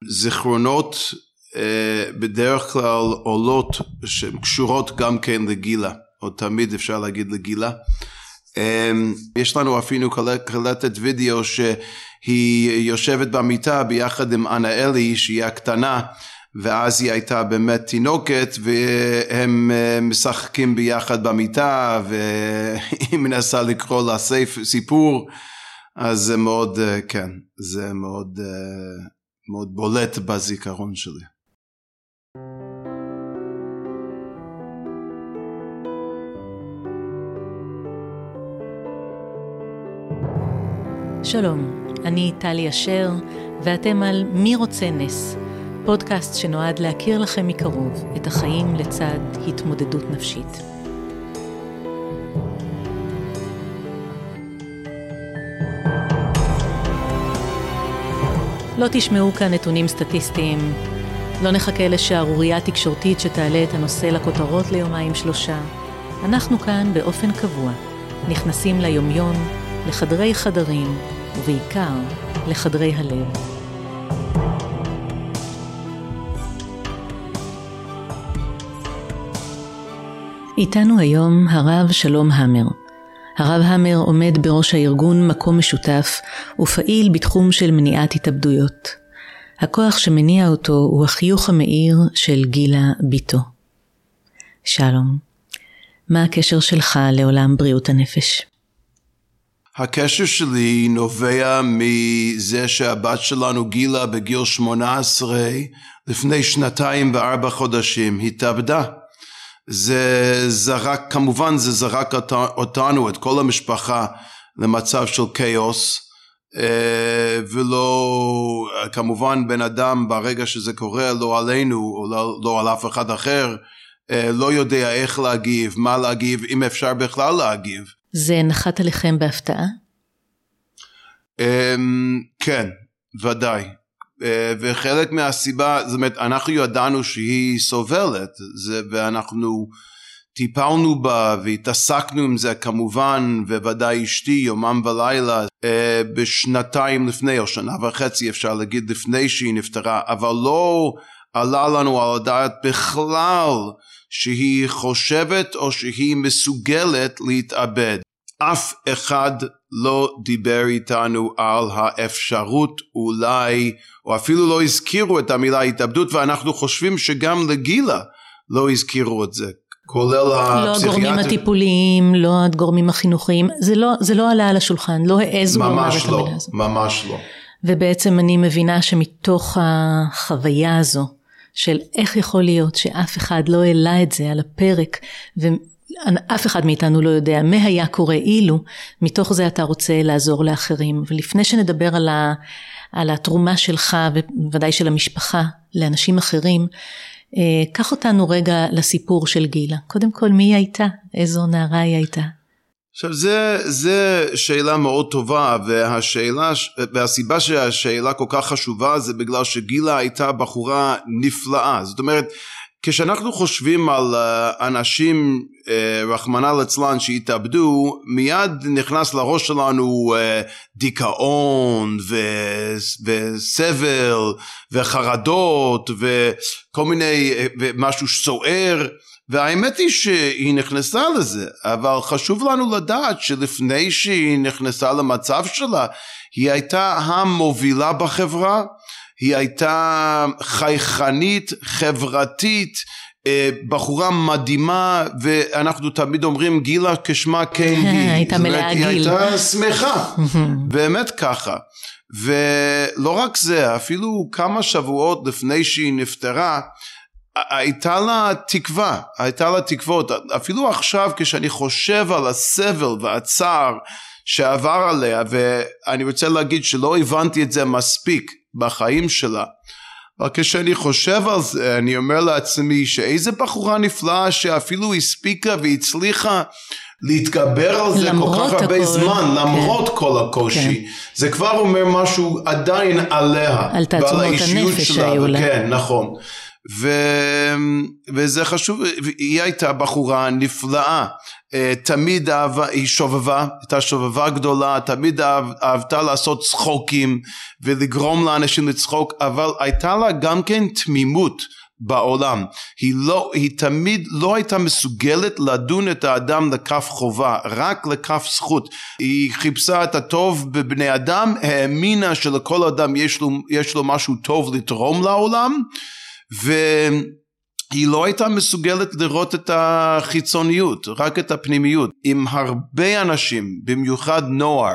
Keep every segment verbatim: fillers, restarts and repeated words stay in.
זיכרונות בדרך כלל עולות שהן קשורות גם כן לגילה, או תמיד אפשר להגיד לגילה. יש לנו אפילו קלטת וידאו שהיא יושבת במיטה ביחד עם אנאלי שהיא הקטנה, ואז היא הייתה באמת תינוקת והם משחקים ביחד במיטה והיא מנסה לקרוא לה סיפור, אז זה מאוד, כן, זה מאוד, מאוד בולט בזיכרון שלי. שלום, אני טלי אשר, ואתם על מי רוצה נס, פודקאסט שנועד להכיר לכם מקרוב את החיים לצד התמודדות נפשית. לא תשמעו כאן נתונים סטטיסטיים, לא נחכה לשערורייה תקשורתית שתעלה את הנושא לכותרות ליומיים שלושה. אנחנו כאן באופן קבוע, נכנסים ליומיום, לחדרי חדרים, ובעיקר לחדרי הלב. איתנו היום הרב שלום המר. הרב המר עומד בראש הארגון מקום משותף ופעיל בתחום של מניעת התאבדויות. הכוח שמניע אותו הוא החיוך המאיר של גילה ביתו. שלום, מה הקשר שלך לעולם בריאות הנפש? הקשר שלי נובע מזה שהבת שלנו גילה בגיל שמונה עשרה לפני שנתיים וארבע חודשים התאבדה. זה זרק, כמובן זה זרק אותנו, את כל המשפחה, למצב של כאוס, ולא, כמובן בן אדם ברגע שזה קורה לא עלינו או לא, לא על אף אחד אחר, לא יודע איך להגיב, מה להגיב, אם אפשר בכלל להגיב. זה נחת עליכם בהפתעה? כן, ודאי. וחלק מהסיבה, זאת אומרת, אנחנו ידענו שהיא סובלת, זה, ואנחנו טיפלנו בה והתעסקנו עם זה כמובן, וודאי אשתי יומם ולילה, בשנתיים לפני, או שנה וחצי אפשר להגיד לפני שהיא נפטרה, אבל לא עלה לנו על הדעת בכלל שהיא חושבת או שהיא מסוגלת להתאבד. אף אחד לא דיבר איתנו על האפשרות אולי, או אפילו לא הזכירו את המילה התאבדות, ואנחנו חושבים שגם לגילה לא הזכירו את זה, כולל הפסיכיאטר. לא הגורמים הטיפוליים, לא הגורמים החינוכיים, זה לא, זה לא עלה על השולחן, לא העזו לומר את לא, המילה הזו. ממש לא. ובעצם אני מבינה שמתוך החוויה הזו, של איך יכול להיות שאף אחד לא העלה את זה על הפרק, ו... אף אחד מאיתנו לא יודע מה היה קורה אילו, מתוך זה אתה רוצה לעזור לאחרים. ולפני שנדבר על, ה, על התרומה שלך ובוודאי של המשפחה לאנשים אחרים, אה, קח אותנו רגע לסיפור של גילה. קודם כל, מי היא הייתה? איזו נערה היא הייתה? עכשיו זה, זה שאלה מאוד טובה, והשאלה, והסיבה שהשאלה כל כך חשובה זה בגלל שגילה הייתה בחורה נפלאה. זאת אומרת, כשאנחנו חושבים על אנשים רחמנא ליצלן שהתאבדו, מיד נכנס לראש שלנו דיכאון וסבל וחרדות וכל מיני, משהו סוער, והאמת היא שהיא נכנסה לזה, אבל חשוב לנו לדעת שלפני שהיא נכנסה למצב שלה, היא הייתה המובילה בחברה, היא הייתה חייכנית, חברתית, בחורה מדהימה, ואנחנו תמיד אומרים גילה כשמה כן היא. הייתה מלאה גיל. היא הייתה שמחה, באמת ככה. ולא רק זה, אפילו כמה שבועות לפני שהיא נפטרה, הייתה לה תקווה, הייתה לה תקוות. אפילו עכשיו כשאני חושב על הסבל והצער שעבר עליה, ואני רוצה להגיד שלא הבנתי את זה מספיק בחיים שלה, אבל כשאני חושב על זה, אני אומר לעצמי שאיזה בחורה נפלאה שאפילו הספיקה והצליחה להתגבר על זה כל כך הרבה הכל, זמן, למרות כן. כל הקושי. כן. זה כבר אומר משהו עדיין עליה, על תעצומות הנפש שהיו לה. כן, נכון. ו... וזה חשוב, היא הייתה בחורה נפלאה, תמיד אהבה, היא שובבה, הייתה שובבה גדולה, תמיד אהב, אהבתה לעשות צחוקים ולגרום לאנשים לצחוק, אבל הייתה לה גם כן תמימות בעולם. היא לא, היא תמיד לא הייתה מסוגלת לדון את האדם לכף חובה, רק לכף זכות. היא חיפשה את הטוב בבני אדם, האמינה שלכל אדם יש לו, יש לו משהו טוב לתרום לעולם, והיא לא הייתה מסוגלת לראות את החיצוניות, רק את הפנימיות. עם הרבה אנשים, במיוחד נוער,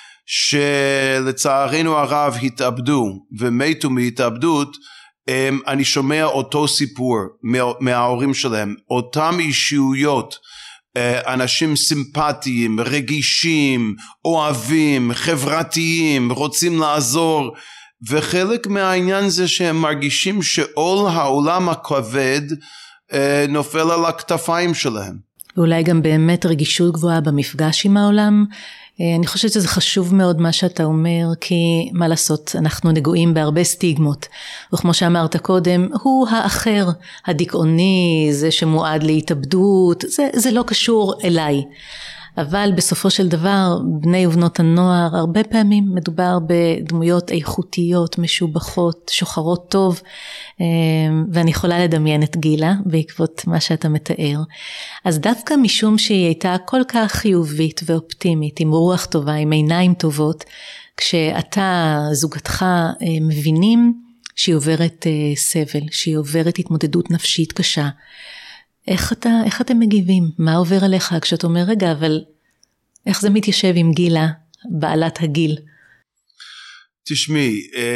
שלצערנו הרב התאבדו ומתו מהתאבדות, אני שומע אותו סיפור מההורים שלהם, אותם אישיויות, אנשים סימפטיים, רגישים, אוהבים, חברתיים, רוצים לעזור, וחלק מהעניין זה שהם מרגישים שעול העולם הכבד נופל על הכתפיים שלהם. ואולי גם באמת רגישות גבוהה במפגש עם העולם. אני חושבת שזה חשוב מאוד מה שאתה אומר, כי מה לעשות, אנחנו נגועים בהרבה סטיגמות, וכמו שאמרת קודם, הוא האחר, הדיכאוני, זה שמועד להתאבדות, זה, זה לא קשור אליי. אבל בסופו של דבר, בני ובנות הנוער, הרבה פעמים מדובר בדמויות איכותיות, משובחות, שוחרות טוב, ואני יכולה לדמיין את גילה, בעקבות מה שאתה מתאר. אז דווקא משום שהיא הייתה כל כך חיובית ואופטימית, עם רוח טובה, עם עיניים טובות, כשאתה, זוגתך, מבינים שהיא עוברת סבל, שהיא עוברת התמודדות נפשית קשה, איך אתה, איך אתם מגיבים? מה עובר עליך כשאתה אומר, רגע, אבל איך זה מתיישב עם גילה, בעלת הגיל? תשמעי,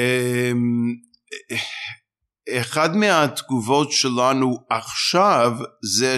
אחד מהתגובות שלנו עכשיו זה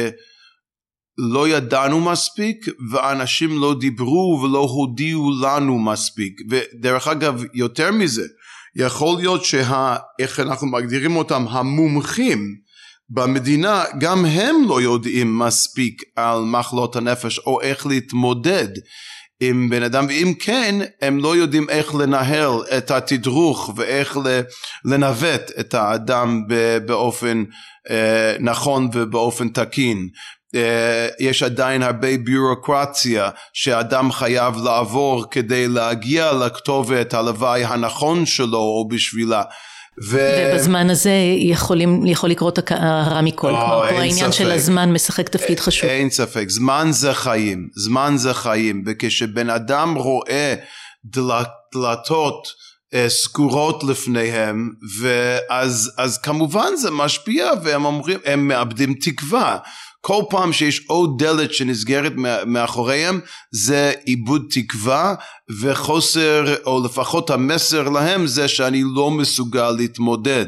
שלא ידענו מספיק, ואנשים לא דיברו ולא הודיעו לנו מספיק. ודרך אגב, יותר מזה, יכול להיות שה, איך אנחנו מגדירים אותם, המומחים, במדינה גם הם לא יודעים מספיק על מחלות הנפש או איך להתמודד עם בן אדם, ואם כן הם לא יודעים איך לנהל את התדרוך ואיך לנווט את האדם באופן אה, נכון ובאופן תקין. אה, יש עדיין הרבה ביורוקרטיה שאדם חייב לעבור כדי להגיע לכתובת הלוואי הנכון שלו או בשבילה. ו... ובזמן הזה יכולים, יכול לקרות הרע מכל, כמו פה העניין של הזמן משחק תפקיד חשוב. אין ספק, זמן זה חיים, זמן זה חיים, וכשבן אדם רואה דלת, דלתות סגורות לפניהם, ואז אז כמובן זה משפיע, והם אומרים, הם מאבדים תקווה. כל פעם שיש עוד דלת שנסגרת מאחוריהם, זה איבוד תקווה וחוסר, או לפחות המסר להם זה שאני לא מסוגל להתמודד.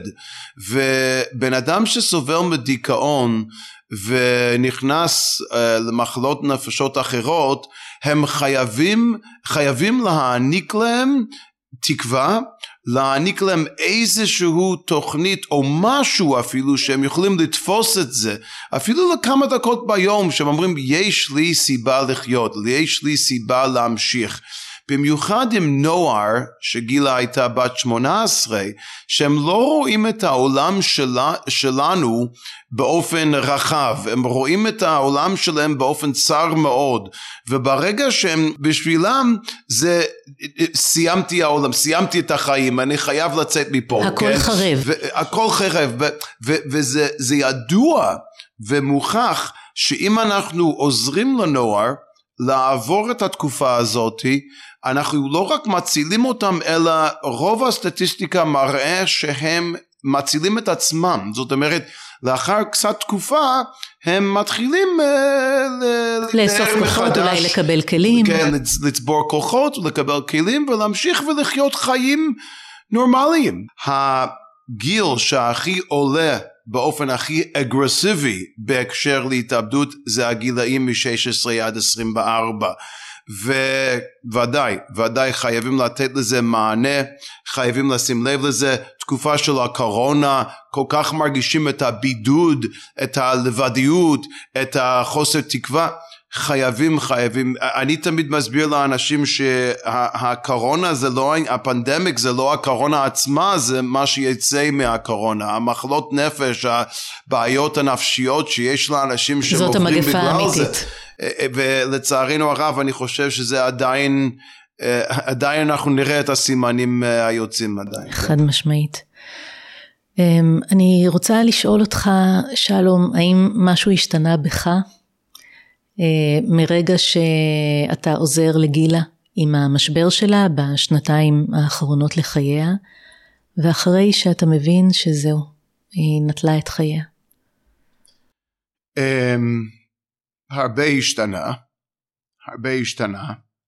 ובן אדם שסובל מדיכאון ונכנס uh, למחלות נפשות אחרות, הם חייבים, חייבים להעניק להם תקווה, להעניק להם איזשהו תוכנית או משהו אפילו שהם יכולים לתפוס את זה, אפילו לכמה דקות ביום שהם אומרים יש לי סיבה לחיות, יש לי סיבה להמשיך. במיוחד עם נוער שגילה הייתה בת שמונה עשרה, שהם לא רואים את העולם שלה, שלנו באופן רחב, הם רואים את העולם שלהם באופן צר מאוד, וברגע שהם בשבילם זה סיימתי העולם, סיימתי את החיים, אני חייב לצאת מפה. הכל כן? חרב. ו- הכל חרב, ו- ו- וזה זה ידוע ומוכח שאם אנחנו עוזרים לנוער לעבור את התקופה הזאת, אנחנו לא רק מצילים אותם, אלא רוב הסטטיסטיקה מראה שהם מצילים את עצמם. זאת אומרת, לאחר קצת תקופה, הם מתחילים לאסוף כוחות, אולי לקבל כלים. כן, לצבור כוחות, לקבל כלים, ולהמשיך ולחיות חיים נורמליים. הגיל שהכי עולה באופן הכי אגרסיבי בהקשר להתאבדות, זה הגילאים מ-שש עשרה עד עשרים וארבע. וודאי, ודאי חייבים לתת לזה מענה, חייבים לשים לב לזה. תקופה של הקורונה, כל כך מרגישים את הבידוד, את הלבדיות, את החוסר תקווה. חייבים, חייבים, אני תמיד מסביר לאנשים שהקורונה זה לא, הפנדמיק זה לא הקורונה עצמה, זה מה שיצא מהקורונה, המחלות נפש, הבעיות הנפשיות שיש לאנשים שמוכרים בגלל זה. ולצערנו הרב אני חושב שזה עדיין, עדיין אנחנו נראה את הסימנים היוצאים עדיין. חד משמעית. אני רוצה לשאול אותך, שלום, האם משהו השתנה בך מרגע שאתה עוזר לגילה עם המשבר שלה בשנתיים האחרונות לחייה, ואחרי שאתה מבין שזהו, היא נטלה את חייה? הרבה השתנה, הרבה השתנה.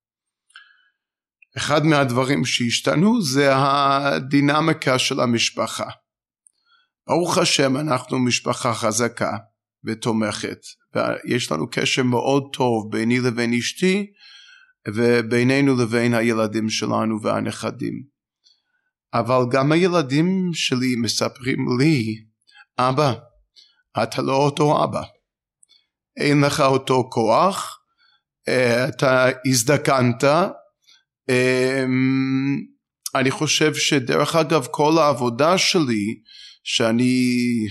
אחד מהדברים שהשתנו זה הדינמיקה של המשפחה. ברוך השם אנחנו משפחה חזקה ותומכת, ויש לנו קשר מאוד טוב ביני לבין אשתי, ובינינו לבין הילדים שלנו והנכדים. אבל גם הילדים שלי מספרים לי, אבא, אתה לא אותו אבא. אין לך אותו כוח, אתה הזדקנת. אני חושב שדרך אגב כל העבודה שלי, שאני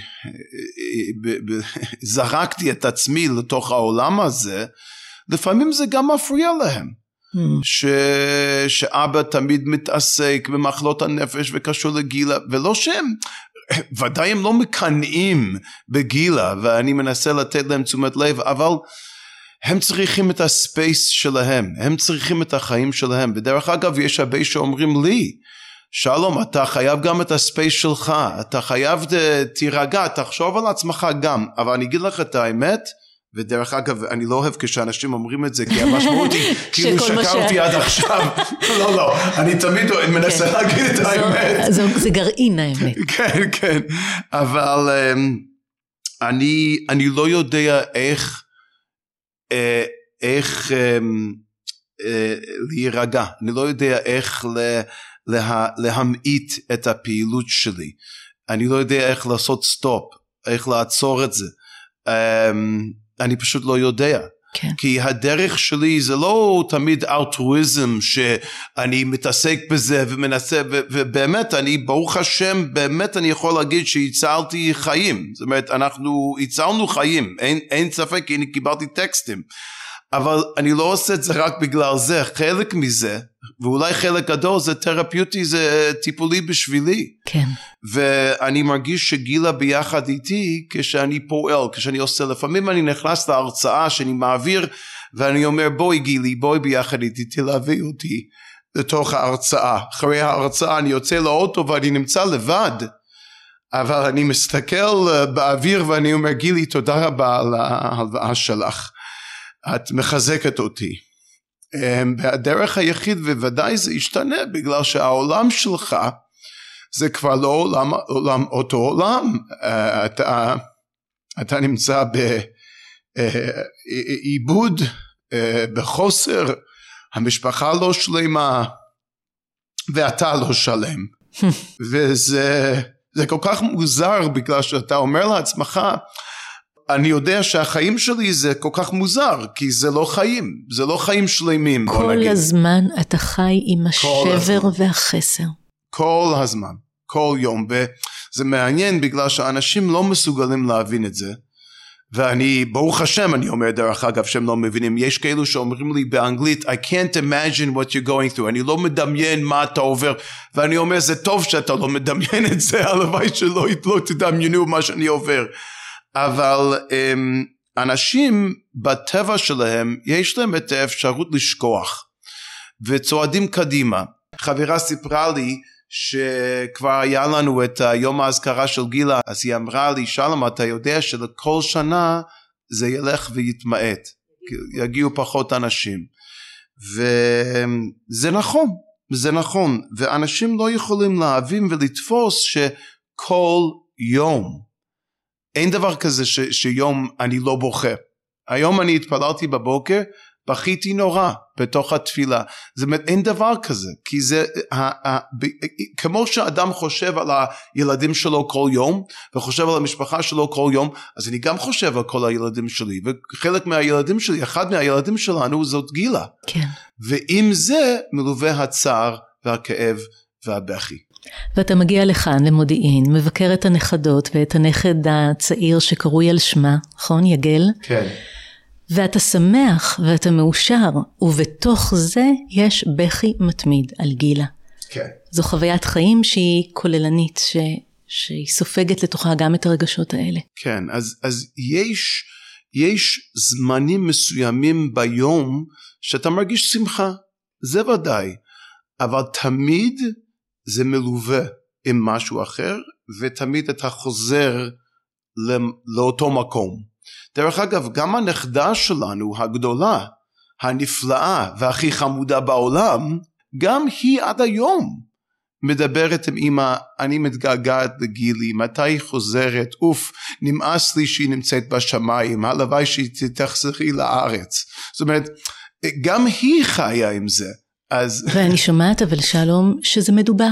זרקתי את עצמי לתוך העולם הזה, לפעמים זה גם מפריע להם. ש... שאבא תמיד מתעסק במחלות הנפש וקשור לגילה, ולא שהם, ודאי הם לא מקנאים בגילה, ואני מנסה לתת להם תשומת לב, אבל הם צריכים את הספייס שלהם, הם צריכים את החיים שלהם, ודרך אגב יש הרבה שאומרים לי, שלום, אתה חייב גם את הספייס שלך, אתה חייב תירגע, תחשוב על עצמך גם, אבל אני אגיד לך את האמת, ודרך אגב, אני לא אוהב כשאנשים אומרים את זה, כי המשמעות היא, כאילו שקרתי עד עכשיו, לא, לא, אני תמיד מנסה להגיד את האמת. זה גרעין האמת. כן, כן, אבל אני לא יודע איך, איך להירגע, אני לא יודע איך להמעיט את הפעילות שלי, אני לא יודע איך לעשות סטופ, איך לעצור את זה, אני פשוט לא יודע, כן. כי הדרך שלי זה לא תמיד אלטרואיזם שאני מתעסק בזה ומנסה, ו- ובאמת אני ברוך השם באמת אני יכול להגיד שהצלתי חיים, זאת אומרת אנחנו הצלנו חיים, אין, אין ספק כי אני קיבלתי טקסטים, אבל אני לא עושה את זה רק בגלל זה, חלק מזה, ואולי חלק גדול זה תרפיוטי, זה טיפולי בשבילי. כן. ואני מרגיש שגילה ביחד איתי כשאני פועל, כשאני עושה, לפעמים אני נכנס להרצאה שאני מעביר, ואני אומר בואי גילי, בואי ביחד איתי, תלווי אותי לתוך ההרצאה. אחרי ההרצאה אני יוצא לאוטו ואני נמצא לבד, אבל אני מסתכל באוויר ואני אומר גילי תודה רבה על ההלוואה שלך. את מחזקת אותי. והדרך היחיד וודאי זה ישתנה בגלל שהעולם שלך זה כבר לא עולם, עולם אותו עולם. אתה, אתה נמצא בעיבוד, בחוסר, המשפחה לא שלמה ואתה לא שלם. וזה זה כל כך מוזר בגלל שאתה אומר לעצמך, אני יודע שהחיים שלי זה כל כך מוזר, כי זה לא חיים, זה לא חיים שלמים. כל הזמן אתה חי עם השבר והחסר. כל הזמן, כל יום, וזה מעניין בגלל שאנשים לא מסוגלים להבין את זה, ואני, ברוך השם אני אומר דרך אגב שהם לא מבינים, יש כאלו שאומרים לי באנגלית, I can't imagine what you're going through, אני לא מדמיין מה אתה עובר, ואני אומר זה טוב שאתה לא מדמיין את זה, הלוואי שלא לא תדמיינו מה שאני עובר, אבל um, אנשים בטבע שלהם יש להם את האפשרות לשכוח וצועדים קדימה. חברה סיפרה לי שכבר היה לנו את יום ההזכרה של גילה, אז היא אמרה לי שלום אתה יודע שלכל שנה זה ילך ויתמעט, יגיעו פחות אנשים, וזה נכון, זה נכון, ואנשים לא יכולים להבין ולתפוס שכל יום אין דבר כזה ש, שיום אני לא בוכה. היום אני התפללתי בבוקר, בכיתי נורא בתוך התפילה. זאת אומרת, אין דבר כזה, כי זה, ה, ה, ב, כמו שאדם חושב על הילדים שלו כל יום, וחושב על המשפחה שלו כל יום, אז אני גם חושב על כל הילדים שלי, וחלק מהילדים שלי, אחד מהילדים שלנו זאת גילה. כן. ועם זה מלווה הצער והכאב והבכי. ואתה מגיע לכאן למודיעין, מבקר את הנכדות ואת הנכד הצעיר שקרוי על שמה, נכון, יגל? כן. ואתה שמח ואתה מאושר, ובתוך זה יש בכי מתמיד על גילה. כן. זו חוויית חיים שהיא כוללנית, ש... שהיא סופגת לתוכה גם את הרגשות האלה. כן, אז, אז יש, יש זמנים מסוימים ביום שאתה מרגיש שמחה, זה ודאי, אבל תמיד זה מלווה עם משהו אחר, ותמיד אתה חוזר לאותו מקום. דרך אגב, גם הנכדה שלנו הגדולה, הנפלאה והכי חמודה בעולם, גם היא עד היום מדברת עם אמא, אני מתגעגעת לגילי, מתי היא חוזרת, אוף, נמאס לי שהיא נמצאת בשמיים, הלוואי שהיא תחזרי לארץ. זאת אומרת, גם היא חיה עם זה. אז... ואני שומעת אבל שלום שזה מדובר.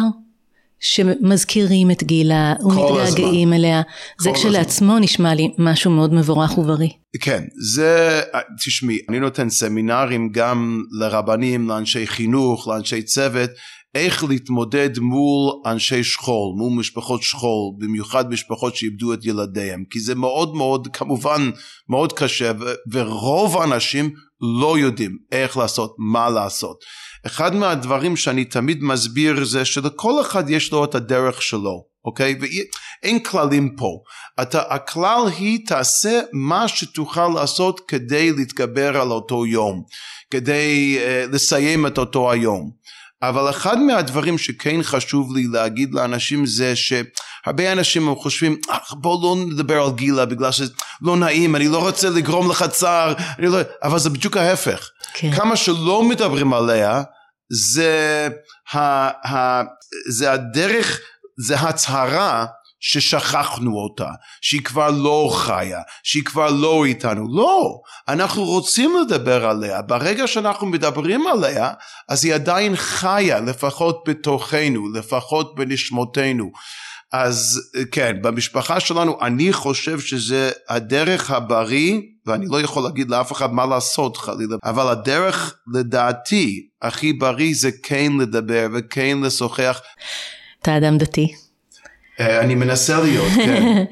שמזכירים את גילה ומתגעגעים אליה, זה כשלעצמו נשמע לי משהו מאוד מבורך ובריא. כן, זה, תשמעי, אני נותן סמינרים גם לרבנים, לאנשי חינוך, לאנשי צוות, איך להתמודד מול אנשי שכול, מול משפחות שכול, במיוחד משפחות שאיבדו את ילדיהם, כי זה מאוד מאוד, כמובן, מאוד קשה, ורוב האנשים לא יודעים איך לעשות, מה לעשות. אחד מהדברים שאני תמיד מסביר זה שלכל אחד יש לו את הדרך שלו, אוקיי? ואין כללים פה. אתה, הכלל היא תעשה מה שתוכל לעשות כדי להתגבר על אותו יום, כדי uh, לסיים את אותו היום. אבל אחד מהדברים שכן חשוב לי להגיד לאנשים זה שהרבה אנשים חושבים, בוא לא נדבר על גילה בגלל שלא נעים, אני לא רוצה לגרום לך צער, לא... אבל זה בדיוק ההפך. כן. כמה שלא מדברים עליה, זה, ה, ה, זה הדרך, זה הצהרה ששכחנו אותה, שהיא כבר לא חיה, שהיא כבר לא איתנו. לא, אנחנו רוצים לדבר עליה. ברגע שאנחנו מדברים עליה, אז היא עדיין חיה, לפחות בתוכנו, לפחות בנשמותינו. אז כן, במשפחה שלנו אני חושב שזה הדרך הבריא, ואני לא יכול להגיד לאף אחד מה לעשות חלילה, אבל הדרך לדעתי הכי בריא זה כן לדבר וכן לשוחח. אתה אדם דתי? אני מנסה להיות, כן.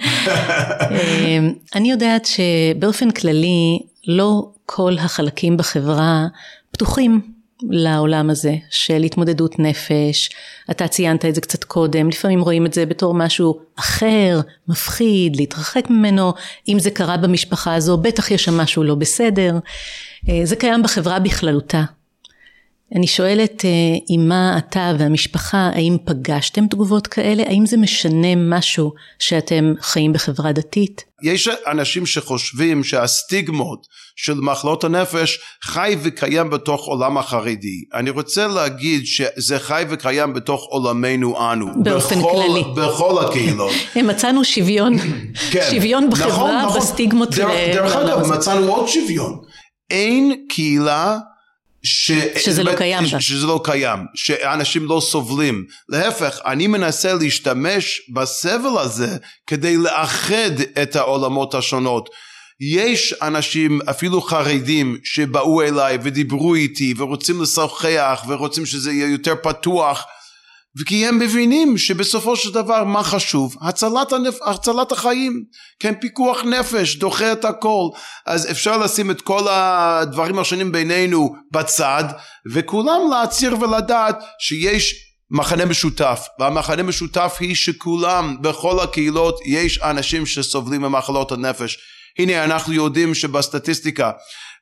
אני יודעת שבאופן כללי לא כל החלקים בחברה פתוחים לעולם הזה של התמודדות נפש. אתה ציינת את זה קצת קודם, לפעמים רואים את זה בתור משהו אחר, מפחיד, להתרחק ממנו. אם זה קרה במשפחה הזו, בטח יש שם משהו לא בסדר. זה קיים בחברה בכללותה. אני שואלת, עם מה אתה והמשפחה, האם פגשתם תגובות כאלה? האם זה משנה משהו שאתם חיים בחברה דתית? יש אנשים שחושבים שהסטיגמות של מחלות הנפש חי וקיים בתוך עולם החרדי. אני רוצה להגיד שזה חי וקיים בתוך עולמנו אנו. באופן בכל, כללי. בכל הקהילות. מצאנו שוויון, כן. שוויון בחברה, נכון, נכון. בסטיגמות. דרך, דרך אגב, מצאנו עוד שוויון. אין קהילה ש... שזה לא קיים ש... שזה לא קיים, שאנשים לא סובלים. להפך, אני מנסה להשתמש בסבל הזה כדי לאחד את העולמות השונות. יש אנשים, אפילו חרדים, שבאו אליי ודיברו איתי ורוצים לשוחח ורוצים שזה יהיה יותר פתוח, וכי הם מבינים שבסופו של דבר מה חשוב? הצלת, הנפ... הצלת החיים, כן, פיקוח נפש, דוחה את הכל. אז אפשר לשים את כל הדברים השונים בינינו בצד, וכולם להצהיר ולדעת שיש מחנה משותף, והמחנה משותף היא שכולם, בכל הקהילות, יש אנשים שסובלים ממחלות הנפש. הנה אנחנו יודעים שבסטטיסטיקה,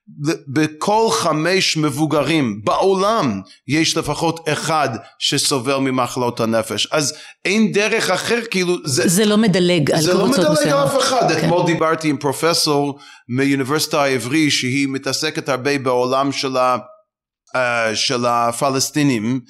בכל חמש מבוגרים בעולם יש לפחות אחד שסובל ממחלות הנפש. אז אין דרך אחר, כאילו זה, זה לא מדלג על קבוצות מסוימות. זה לא מדלג על אף אחד. כן. אתמול דיברתי עם פרופסור מאוניברסיטה העברית שהיא מתעסקת הרבה בעולם של uh, של הפלסטינים,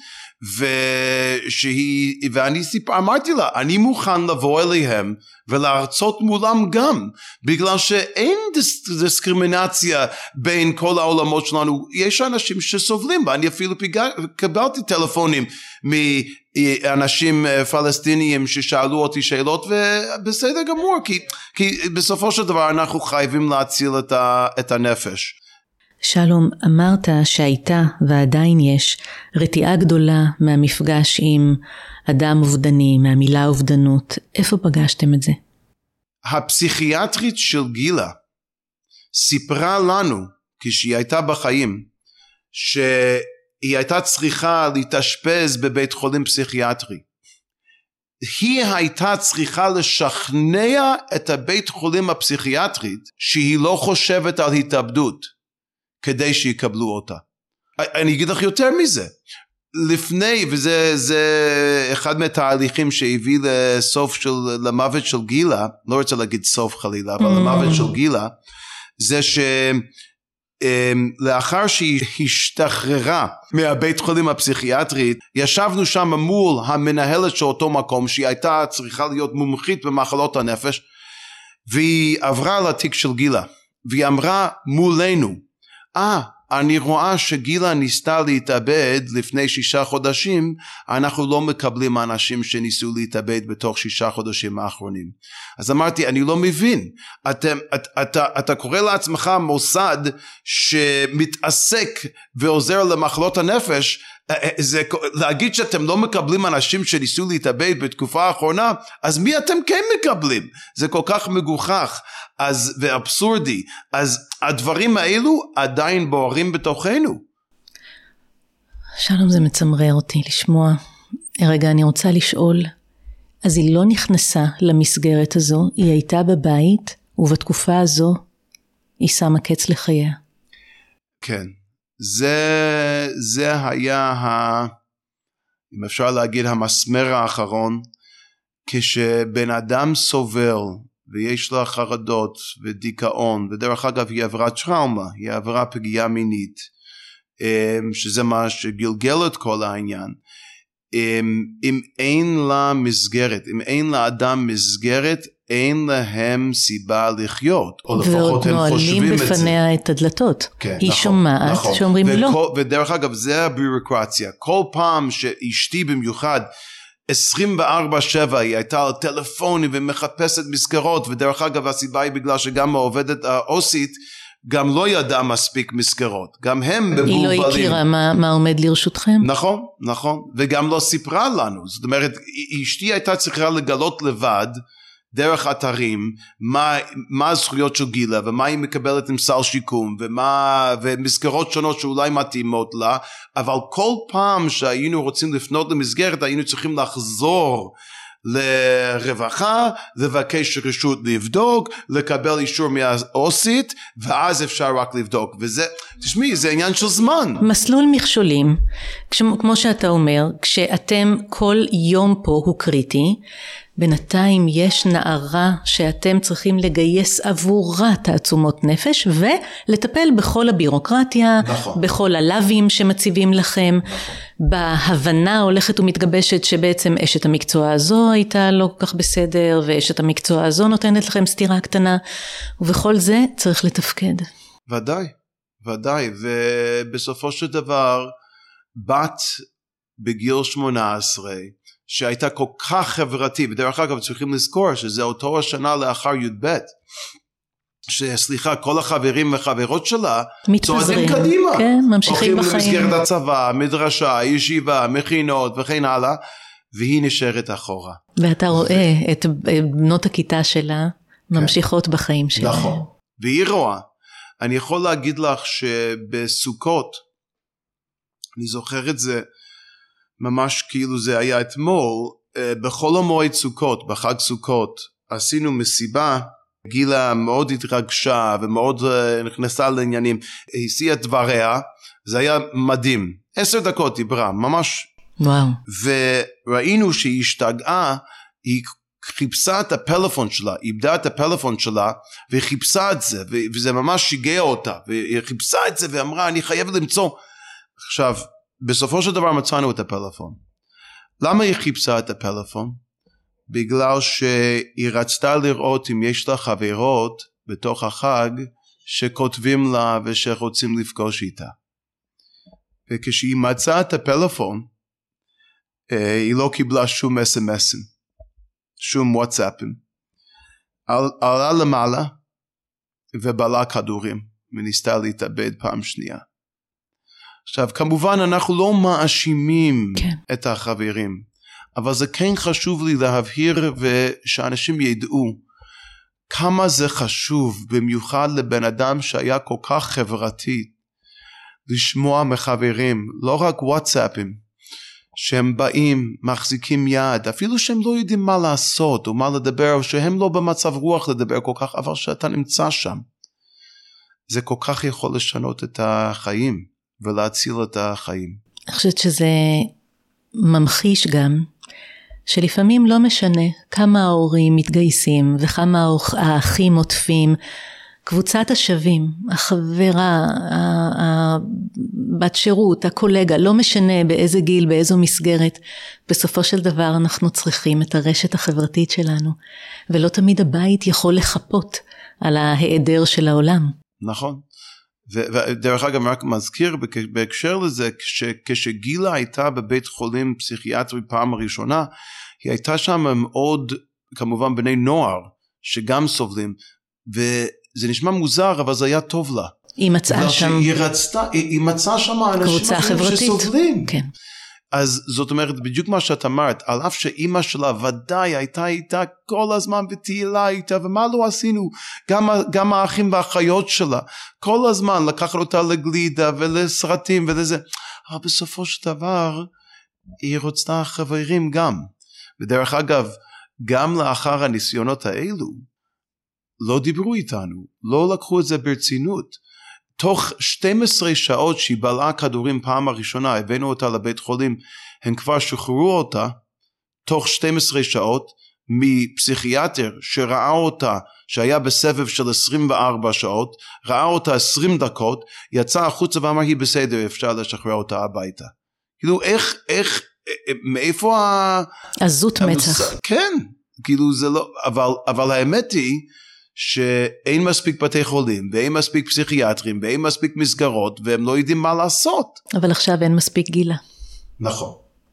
ושהיא, ואני סיפר, אמרתי לה, אני מוכן לבוא אליהם ולהרצות מולם גם, בגלל שאין דיס, דיסקרימינציה בין כל העולמות שלנו, יש אנשים שסובלים, ואני אפילו פיגע, קבלתי טלפונים מאנשים פלסטיניים ששאלו אותי שאלות, ובסדר גמור, כי, כי בסופו של דבר אנחנו חייבים להציל את, ה, את הנפש. שלום, אמרת שהייתה ועדיין יש רתיעה גדולה מהמפגש עם אדם אובדני, מהמילה אובדנות. איפה פגשתם את זה? הפסיכיאטרית של גילה סיפרה לנו כשהיא הייתה בחיים שהיא הייתה צריכה להתאשפז בבית חולים פסיכיאטרי. היא הייתה צריכה לשכנע את הבית חולים הפסיכיאטרית שהיא לא חושבת על התאבדות כדי שיקבלו אותה. אני אגיד לך יותר מזה, לפני, וזה זה אחד מהתהליכים שהביא לסוף של, למוות של גילה, לא רוצה להגיד סוף חלילה, אבל למוות של גילה, זה שלאחר שהיא השתחררה מהבית חולים הפסיכיאטרית, ישבנו שם מול המנהלת של אותו מקום, שהיא הייתה צריכה להיות מומחית במחלות הנפש, והיא עברה לתיק של גילה, והיא אמרה מולנו, אה, אני רואה שגילה ניסתה להתאבד לפני שישה חודשים, אנחנו לא מקבלים אנשים שניסו להתאבד בתוך שישה חודשים האחרונים. אז אמרתי, אני לא מבין, אתה, אתה, אתה, אתה קורא לעצמך מוסד שמתעסק ועוזר למחלות הנפש, זה, להגיד שאתם לא מקבלים אנשים שניסו להתאבד בתקופה האחרונה, אז מי אתם כן מקבלים? זה כל כך מגוחך אז, ואבסורדי. אז הדברים האלו עדיין בוערים בתוכנו. שלום, זה מצמרר אותי לשמוע. רגע, אני רוצה לשאול, אז היא לא נכנסה למסגרת הזו, היא הייתה בבית, ובתקופה הזו היא שמה קץ לחייה. כן. זה, זה היה, ה, אם אפשר להגיד, המסמר האחרון, כשבן אדם סובל, ויש לה חרדות ודיכאון, ודרך אגב היא עברה טראומה, היא עברה פגיעה מינית, שזה מה שגלגל את כל העניין, אם אין לה מסגרת, אם אין לאדם מסגרת, אין להם סיבה לחיות, או לפחות הם חושבים את זה. ועוד נועלים בפניה את הדלתות. כן, היא נכון, שומעת נכון. שאומרים וכל, לא. ודרך אגב, זה הבירוקרטיה. כל פעם שאשתי במיוחד, עשרים וארבע שבע, היא הייתה על טלפונים ומחפשת מסגרות, ודרך אגב, הסיבה היא בגלל שגם העובדת האוסית, גם לא ידעה מספיק מסגרות. גם הם מבולבלים. היא לא הכירה מה, מה עומד לרשותכם. נכון, נכון. וגם לא סיפרה לנו. זאת אומרת, אשתי הייתה צריכה לגלות לבד, דרך אתרים, מה, מה הזכויות של גילה, ומה היא מקבלת עם סל שיקום, ומה, ומסגרות שונות שאולי מתאימות לה, אבל כל פעם שהיינו רוצים לפנות למסגרת, היינו צריכים לחזור לרווחה, לבקש רשות לבדוק, לקבל אישור מהאוסית, ואז אפשר רק לבדוק, וזה, תשמעי, זה עניין של זמן. מסלול מכשולים, כמו שאתה אומר, כשאתם כל יום פה הוא קריטי, בינתיים יש נערה שאתם צריכים לגייס עבורה תעצומות נפש ולטפל בכל הבירוקרטיה, נכון. בכל הלווים שמציבים לכם, נכון. בהבנה הולכת ומתגבשת שבעצם אשת המקצוע הזו הייתה לא כל כך בסדר, ואשת המקצוע הזו נותנת לכם סתירה קטנה, ובכל זה צריך לתפקד. ודאי, ודאי, ובסופו של דבר בת בגיל שמונה עשרה, שהייתה כל כך חברתי, ודרך אגב צריכים לזכור שזה אותו השנה לאחר י' ב', שסליחה, כל החברים וחברות שלה צועדים קדימה, כן, ממשיכים בחיים. הולכים למסגרת הצבא, מדרשה, ישיבה, מכינות וכן הלאה, והיא נשארת אחורה. ואתה רואה את בנות הכיתה שלה ממשיכות כן. בחיים שלה. נכון, והיא רואה. אני יכול להגיד לך שבסוכות, אני זוכר את זה, ממש כאילו זה היה אתמול, בכל המועד סוכות, בחג סוכות, עשינו מסיבה, גילה מאוד התרגשה ומאוד נכנסה לעניינים, השיאה את דבריה, זה היה מדהים, עשר דקות דיברה, ממש, וואו. וראינו שהיא השתגעה, היא חיפשה את הפלאפון שלה, איבדה את הפלאפון שלה, והיא חיפשה את זה, וזה ממש שיגע אותה, והיא חיפשה את זה ואמרה, אני חייבת למצוא, עכשיו, בסופו של דבר מצאנו את הפלאפון. למה היא חיפשה את הפלאפון? בגלל שהיא רצתה לראות אם יש לה חברות בתוך החג שכותבים לה ושרוצים לפגוש איתה. וכשהיא מצאה את הפלאפון, היא לא קיבלה שום אס-אמסים, שום וואטסאפים. עלה למעלה ובלה כדורים וניסתה להתאבד פעם שנייה. עכשיו כמובן אנחנו לא מאשימים כן. את החברים, אבל זה כן חשוב לי להבהיר ושאנשים ידעו כמה זה חשוב, במיוחד לבן אדם שהיה כל כך חברתי, לשמוע מחברים, לא רק וואטסאפים, שהם באים, מחזיקים יד, אפילו שהם לא יודעים מה לעשות או מה לדבר, או שהם לא במצב רוח לדבר כל כך, אבל שאתה נמצא שם. זה כל כך יכול לשנות את החיים, ולהציל את החיים. אני חושבת שזה ממחיש גם, שלפעמים לא משנה כמה ההורים מתגייסים, וכמה האחים עוטפים, קבוצת השווים, החברה, הבת שירות, הקולגה, לא משנה באיזה גיל, באיזו מסגרת, בסופו של דבר אנחנו צריכים את הרשת החברתית שלנו, ולא תמיד הבית יכול לחפות על ההיעדר של העולם. נכון, ודרך אגב רק מזכיר בהקשר לזה, כשגילה הייתה בבית חולים פסיכיאטרי פעם הראשונה, היא הייתה שם עם עוד כמובן בני נוער שגם סובלים, ו... זה נשמע מוזר, אבל זה היה טוב לה. היא מצאה שם... היא רצתה, היא מצאה שם אנשים שסובלים. כן. אז זאת אומרת, בדיוק מה שאת אמרת, על אף שאימא שלה ודאי הייתה איתה כל הזמן ותהילה איתה, ומה לא עשינו? גם, גם האחים והאחיות שלה, כל הזמן לקחנו אותה לגלידה ולסרטים ולזה. אבל בסופו של דבר, היא רצתה חברים גם. ודרך אגב, גם לאחר הניסיונות האלו, לא דיברו איתנו, לא לקחו את זה ברצינות. תוך שתים עשרה שעות שהיא בלעה כדורים פעם הראשונה, הבאנו אותה לבית חולים, הם כבר שחררו אותה, תוך שתים עשרה שעות, מפסיכיאטר שראה אותה, שהיה בסבב של עשרים וארבע שעות, ראה אותה עשרים דקות, יצא החוצה ואמר, היא בסדר, אפשר לשחרר אותה הביתה. כאילו, איך, איך, מאיפה ה... עזות מצח. כן, כאילו זה לא, אבל, אבל האמת היא, שאין מספיק בתי חולים, ואין מספיק פסיכיאטרים, ואין מספיק מסגרות, והם לא יודעים מה לעשות. אבל עכשיו אין מספיק גילה. נכון.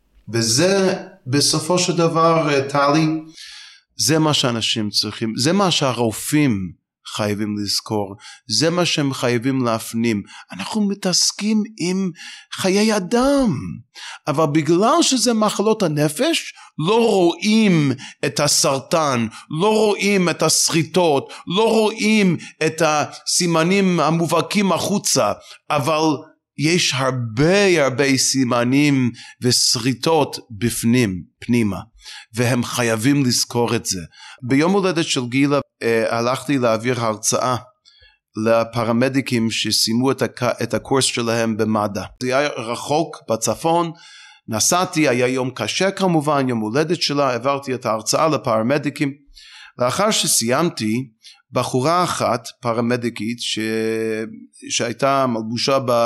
וזה בסופו של דבר, טלי, זה מה שאנשים צריכים, זה מה שהרופאים חייבים לזכור, זה מה שהם חייבים להפנים. אנחנו מתעסקים עם חיי אדם, אבל בגלל שזה מחלות הנפש, לא רואים את הסרטן, לא רואים את הסריטות, לא רואים את הסימנים המובהקים החוצה, אבל יש הרבה הרבה סימנים וסריטות בפנים, פנימה, והם חייבים לזכור את זה. ביום הולדת של גילה אה, הלכתי להעביר הרצאה לפרמדיקים שסיימו את, הק... את הקורס שלהם במד"א. זה היה רחוק בצפון, נסעתי, היה יום קשה כמובן, יום הולדת שלה, העברתי את ההרצאה לפרמדיקים. לאחר שסיימתי, בחורה אחת, פרמדיקית, ש... שהייתה מלבושה ב...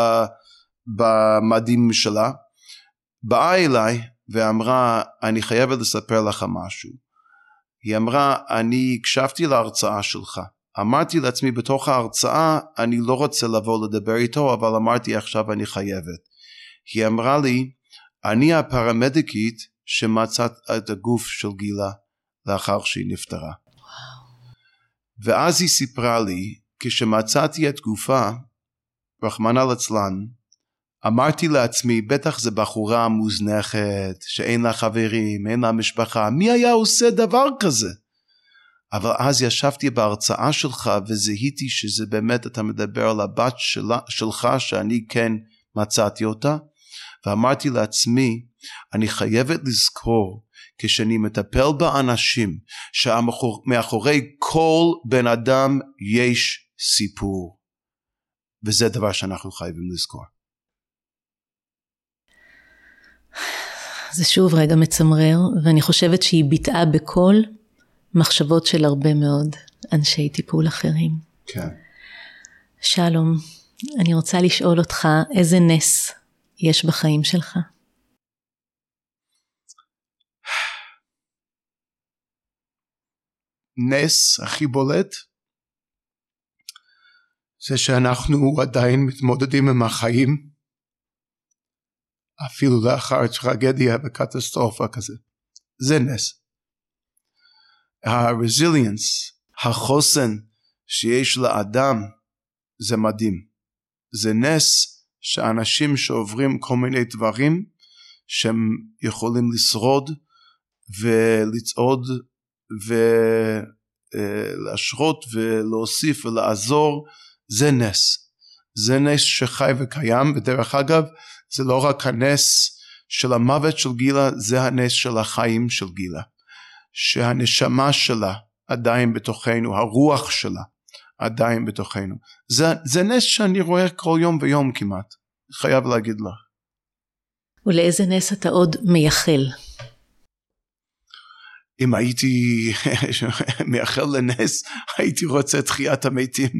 במדים שלה, באה אליי ואמרה, אני חייבת לספר לך משהו. היא אמרה, אני הקשבתי להרצאה שלך. אמרתי לעצמי בתוך ההרצאה, אני לא רוצה לבוא לדבר איתו, אבל אמרתי עכשיו אני חייבת. היא אמרה לי, אני הפרמדיקית שמצאת את הגוף של גילה לאחר שהיא נפטרה. ואז היא סיפרה לי, כשמצאתי את גופה, רחמנא ליצלן, אמרתי לעצמי, בטח זה בחורה מוזנחת, שאין לה חברים, אין לה משפחה, מי היה עושה דבר כזה? אבל אז ישבתי בהרצאה שלך וזהיתי שזה באמת אתה מדבר על הבת שלה, שלך שאני כן מצאתי אותה, ואמרתי לעצמי, אני חייבת לזכור כשאני מטפל באנשים שמאחורי כל בן אדם יש סיפור, וזה דבר שאנחנו חייבים לזכור. זה שוב רגע מצמרר, ואני חושבת שהיא ביטאה בכל מחשבות של הרבה מאוד אנשי טיפול אחרים. כן. שלום, אני רוצה לשאול אותך איזה נס יש בחיים שלך? נס הכי בולט זה שאנחנו עדיין מתמודדים עם החיים אפילו לאחר טרגדיה וקטסטרופה כזה. זה נס. הרזיליאנס, החוסן שיש לאדם, זה מדהים. זה נס שאנשים שעוברים כל מיני דברים שהם יכולים לשרוד ולצעוד ולהשרות ולהוסיף ולעזור. זה נס. זה נס שחי וקיים, ודרך אגב זה לא רק הנס של המוות של גילה, זה הנס של החיים של גילה, שהנשמה שלה עדיין בתוכנו, הרוח שלה עדיין בתוכנו. זה, זה נס שאני רואה כל יום ויום כמעט, חייב להגיד לך. ולאיזה נס אתה עוד מייחל? אם הייתי מייחל לנס, הייתי רוצה תחיית המתים.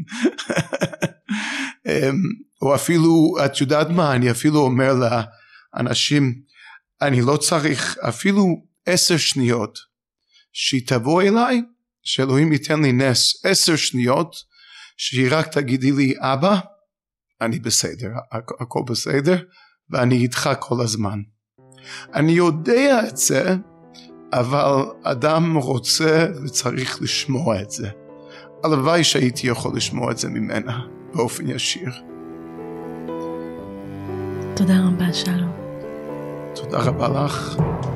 או אפילו, את יודעת מה, אני אפילו אומר לאנשים, אני לא צריך אפילו עשר שניות, שהיא תבוא אליי, שאלוהים ייתן לי נס, עשר שניות, שהיא רק תגידי לי, אבא, אני בסדר, הכל בסדר, ואני איתך כל הזמן. אני יודע את זה, אבל אדם רוצה וצריך לשמוע את זה. הלוואי שהייתי יכול לשמוע את זה ממנה באופן ישיר. תודה רבה שלום. תודה רבה לך.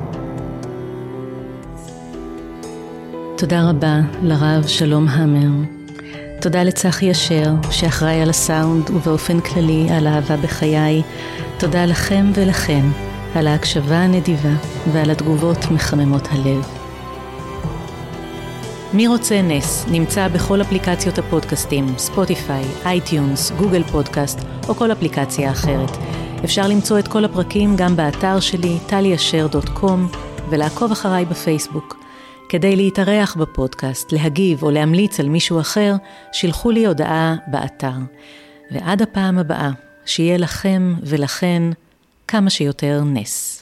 תודה רבה לרב שלום המר. תודה לצחי אשר שאחראי על הסאונד ובאופן כללי על אהבה בחיי. תודה לכם ולכן על ההקשבה הנדיבה ועל התגובות מחממות הלב. מי רוצה נס נמצא בכל אפליקציות הפודקאסטים, ספוטיפיי, אייטיונס, גוגל פודקאסט או כל אפליקציה אחרת. אפשר למצוא את כל הפרקים גם באתר שלי טלי אשר דוט קום ולעקוב אחריי בפייסבוק. כדי להתארח בפודקאסט, להגיב או להמליץ על מישהו אחר, שילחו לי הודעה באתר. ועד הפעם הבאה, שיהיה לכם ולכן כמה שיותר נס.